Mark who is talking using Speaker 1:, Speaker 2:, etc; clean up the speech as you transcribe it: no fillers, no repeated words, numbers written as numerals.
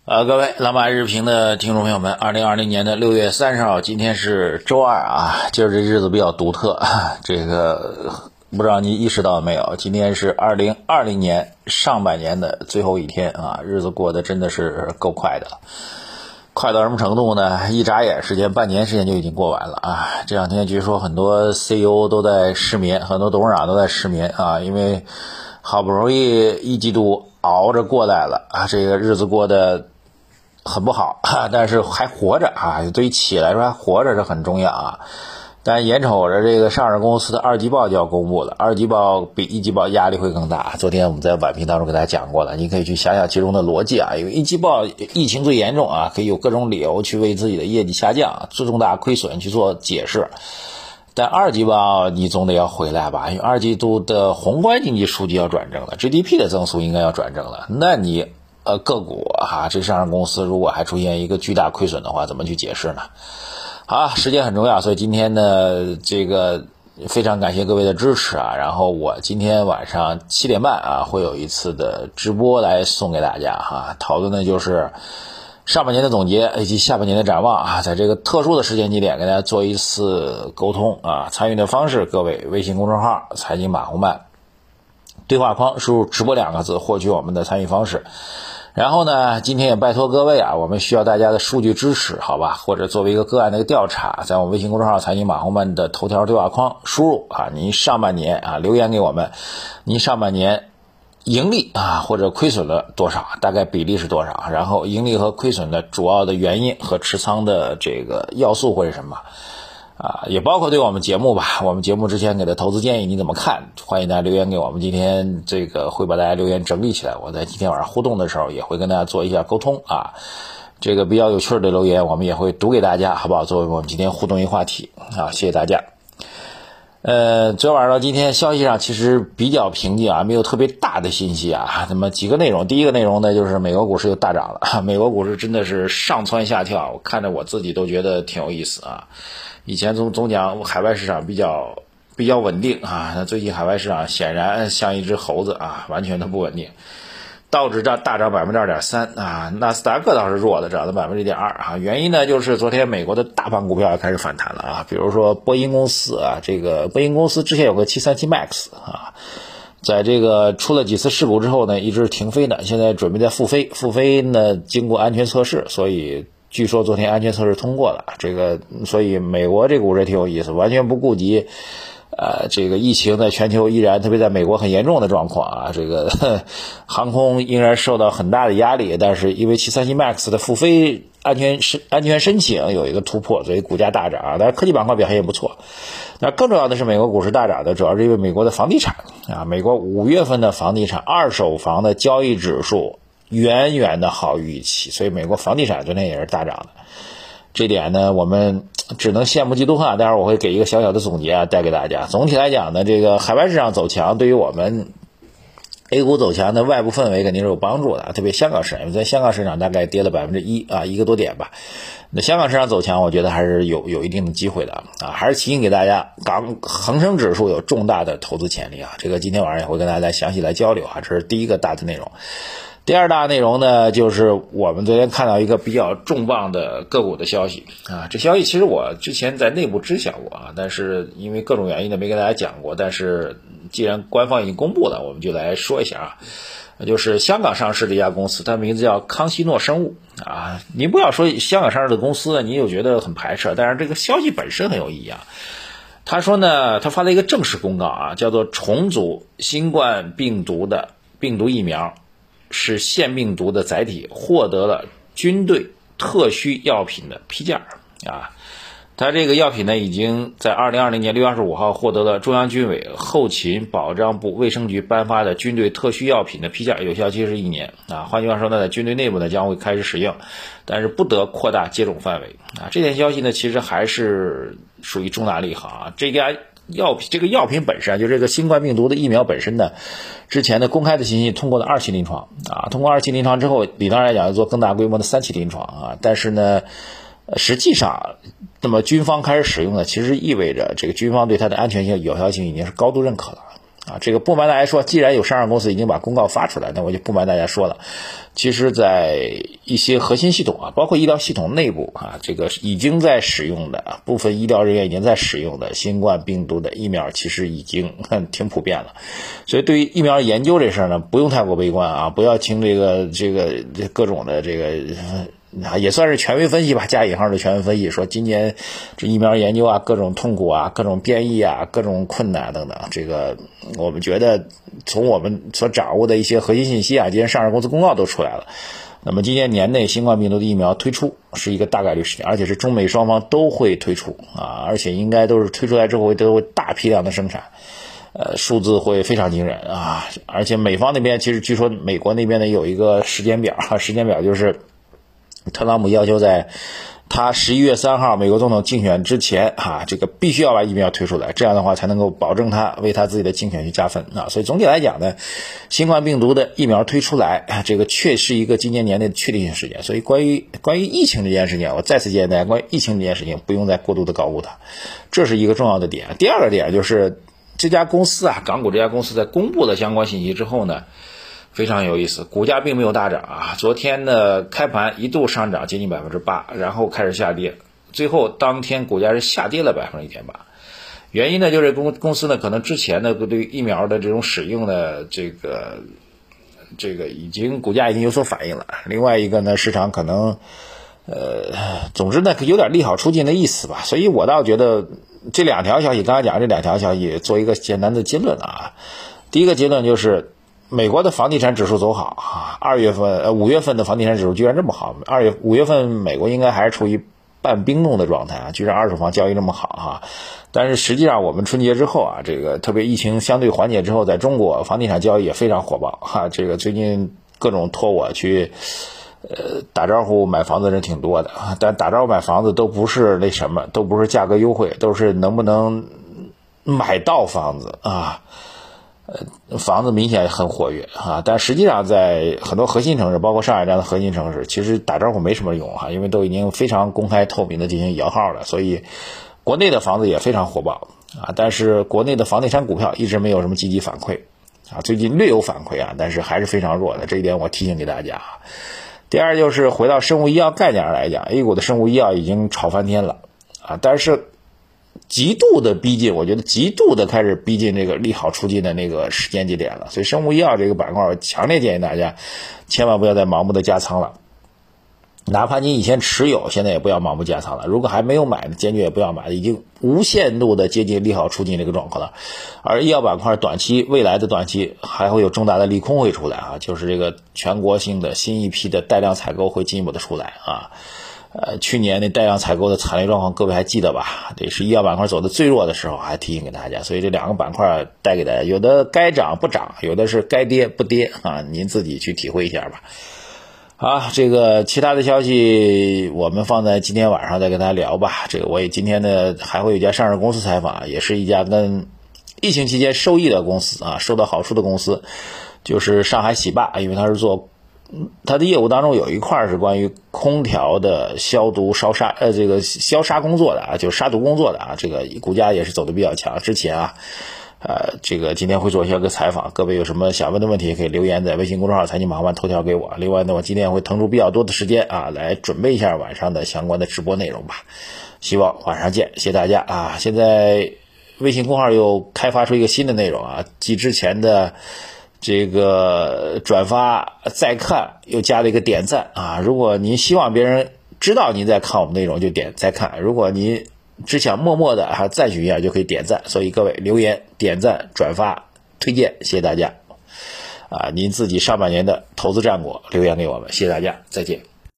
Speaker 1: 各位老马日评的听众朋友们，2020年的6月30号，今天是周二啊，今儿这日子比较独特，这个不知道你意识到没有，今天是2020年上半年的最后一天啊，日子过得真的是够快的。快到什么程度呢？一眨眼时间，半年时间就已经过完了啊！这两天据说很多 CEO 都在失眠，很多董事长都在失眠啊，因为好不容易一季度熬着过来了啊，这个日子过得很不好，但是还活着啊，对于企业来说还活着是很重要啊。但眼瞅着这个上市公司的二季报就要公布了，二季报比一季报压力会更大。昨天我们在晚评当中给大家讲过了，你可以去想想其中的逻辑啊。因为一季报疫情最严重啊，可以有各种理由去为自己的业绩下降、重大亏损去做解释。但二季报你总得要回来吧，因为二季度的宏观经济数据要转正了， GDP 的增速应该要转正了。那你个股这上市公司如果还出现一个巨大亏损的话，怎么去解释呢？好，时间很重要，所以今天呢，这个非常感谢各位的支持啊。然后我今天晚上7点半会有一次的直播来送给大家讨论的就是上半年的总结以及下半年的展望在这个特殊的时间节点跟大家做一次沟通参与的方式，各位微信公众号财经马红漫对话框输入直播2个字获取我们的参与方式。然后呢，今天也拜托各位我们需要大家的数据支持，好吧？或者作为一个个案的一个调查，在我们微信公众号财经马红漫的头条对话框输入您上半年留言给我们，您上半年盈利或者亏损了多少，大概比例是多少，然后盈利和亏损的主要的原因和持仓的这个要素会是什么也包括对我们节目吧，我们节目之前给的投资建议你怎么看？欢迎大家留言给我们，今天这个会把大家留言整理起来，我在今天晚上互动的时候也会跟大家做一下沟通这个比较有趣的留言我们也会读给大家，好不好？作为我们今天互动一话题谢谢大家。昨晚上到今天消息上其实比较平静没有特别大的信息那么几个内容，第一个内容呢就是美国股市又大涨了，美国股市真的是上蹿下跳，我看着我自己都觉得挺有意思以前总讲海外市场比较稳定那最近海外市场显然像一只猴子完全都不稳定。道指大涨 2.3% 纳斯达克倒是弱的，涨了 1.2% 原因呢就是昨天美国的大盘股票开始反弹了比如说波音公司这个波音公司之前有个737 MAX 在这个出了几次事故之后呢一直停飞的，现在准备在复飞呢经过安全测试，所以据说昨天安全测试通过了所以美国这股市挺有意思，完全不顾及这个疫情在全球依然特别在美国很严重的状况这个航空依然受到很大的压力，但是因为737 MAX 的复飞安全申请有一个突破，所以股价大涨但是科技板块表现也不错。那更重要的是美国股市大涨的主要是因为美国的房地产美国5月份的房地产二手房的交易指数远远的好于预期，所以美国房地产昨天也是大涨的。这点呢我们只能羡慕嫉妒恨待会儿我会给一个小小的总结带给大家。总体来讲呢，这个海外市场走强对于我们 A 股走强的外部氛围肯定是有帮助的，特别香港市场，因为在香港市场大概跌了 1% 1个多点吧。那香港市场走强我觉得还是有一定的机会的还是提醒给大家，恒生指数有重大的投资潜力这个今天晚上也会跟大家详细来交流这是第一个大的内容。第二大内容呢就是我们昨天看到一个比较重磅的个股的消息这消息其实我之前在内部知晓过但是因为各种原因呢没跟大家讲过，但是既然官方已经公布了，我们就来说一下就是香港上市的一家公司，它名字叫康希诺生物你不要说香港上市的公司你就觉得很排斥，但是这个消息本身很有意义他说呢，他发了一个正式公告叫做重组新冠病毒的病毒疫苗是腺病毒的载体，获得了军队特需药品的批件它这个药品呢已经在2020年6月25号获得了中央军委后勤保障部卫生局颁发的军队特需药品的批件，有效期是1年换句话说呢，在军队内部呢将会开始使用，但是不得扩大接种范围这件消息呢其实还是属于重大利好这个药品本身就这个新冠病毒的疫苗本身呢，之前的公开的信息通过了2期临床通过2期临床之后理论上来讲要做更大规模的3期临床但是呢实际上那么军方开始使用呢，其实意味着这个军方对它的安全性有效性已经是高度认可了这个不瞒大家说，既然有上市公司已经把公告发出来，那我就不瞒大家说了，其实在一些核心系统包括医疗系统内部这个已经在使用的部分医疗人员已经在使用的新冠病毒的疫苗，其实已经挺普遍了。所以对于疫苗研究这事呢，不用太过悲观不要听这个各种的这个也算是权威分析吧，加引号的权威分析，说今年这疫苗研究各种痛苦各种变异各种困难等等，这个我们觉得从我们所掌握的一些核心信息今天上市公司公告都出来了。那么今年年内新冠病毒的疫苗推出是一个大概率事件，而且是中美双方都会推出而且应该都是推出来之后都会大批量的生产。数字会非常惊人而且美方那边其实据说美国那边呢有一个时间表就是特朗普要求在他11月3号美国总统竞选之前这个必须要把疫苗推出来，这样的话才能够保证他为他自己的竞选去加分所以总体来讲呢，新冠病毒的疫苗推出来这个确是一个今年年内的确定性事件。所以关于疫情这件事情，我再次建议大家，关于疫情这件事情不用再过度的高估它，这是一个重要的点。第二个点就是这家公司港股这家公司在公布了相关信息之后呢，非常有意思，股价并没有大涨昨天的开盘一度上涨接近 8%， 然后开始下跌，最后当天股价是下跌了 1.8%。 原因呢就是公司呢可能之前的对于疫苗的这种使用的这个股价已经有所反应了。另外一个呢，市场可能总之呢有点利好出尽的意思吧。所以我倒觉得这两条消息，刚才讲这两条消息做一个简单的结论第一个结论就是美国的房地产指数走好5月份的房地产指数居然这么好，5月份美国应该还是处于半冰冻的状态居然二手房交易这么好但是实际上我们春节之后这个特别疫情相对缓解之后，在中国房地产交易也非常火爆这个最近各种托我去打招呼买房子的人挺多的但打招呼买房子都不是那什么，都不是价格优惠，都是能不能买到房子房子明显很活跃但实际上在很多核心城市，包括上海这样的核心城市，其实打招呼没什么用因为都已经非常公开透明的进行摇号了，所以国内的房子也非常火爆但是国内的房地产股票一直没有什么积极反馈最近略有反馈但是还是非常弱的，这一点我提醒给大家第二就是回到生物医药概念上来讲， A 股的生物医药已经炒翻天了但是极度的逼近，我觉得极度的开始逼近这个利好出尽的那个时间节点了。所以生物医药这个板块，我强烈建议大家千万不要再盲目的加仓了，哪怕你以前持有，现在也不要盲目加仓了。如果还没有买的，坚决也不要买，已经无限度的接近利好出尽这个状况了。而医药板块未来的短期还会有重大的利空会出来就是这个全国性的新一批的带量采购会进一步的出来去年那带量采购的惨烈状况各位还记得吧？这是医药板块走的最弱的时候，还提醒给大家。所以这两个板块带给大家，有的该涨不涨，有的是该跌不跌您自己去体会一下吧。这个其他的消息我们放在今天晚上再跟大家聊吧。这个我也今天呢还会有一家上市公司采访，也是一家跟疫情期间受益的公司受到好处的公司，就是上海喜坝，因为它是做它的业务当中有一块是关于空调的消毒消杀这个消杀工作的就是杀毒工作的这个股价也是走的比较强。之前这个今天会做一些个采访，各位有什么想问的问题可以留言在微信公众号财经马后炮头条给我。另外呢，我今天会腾出比较多的时间来准备一下晚上的相关的直播内容吧。希望晚上见，谢谢大家现在微信公号又开发出一个新的内容继之前的这个转发再看又加了一个点赞如果您希望别人知道您在看我们内容就点再看，如果您只想默默的赞许一下就可以点赞。所以各位留言点赞转发推荐，谢谢大家您自己上半年的投资战果留言给我们，谢谢大家，再见。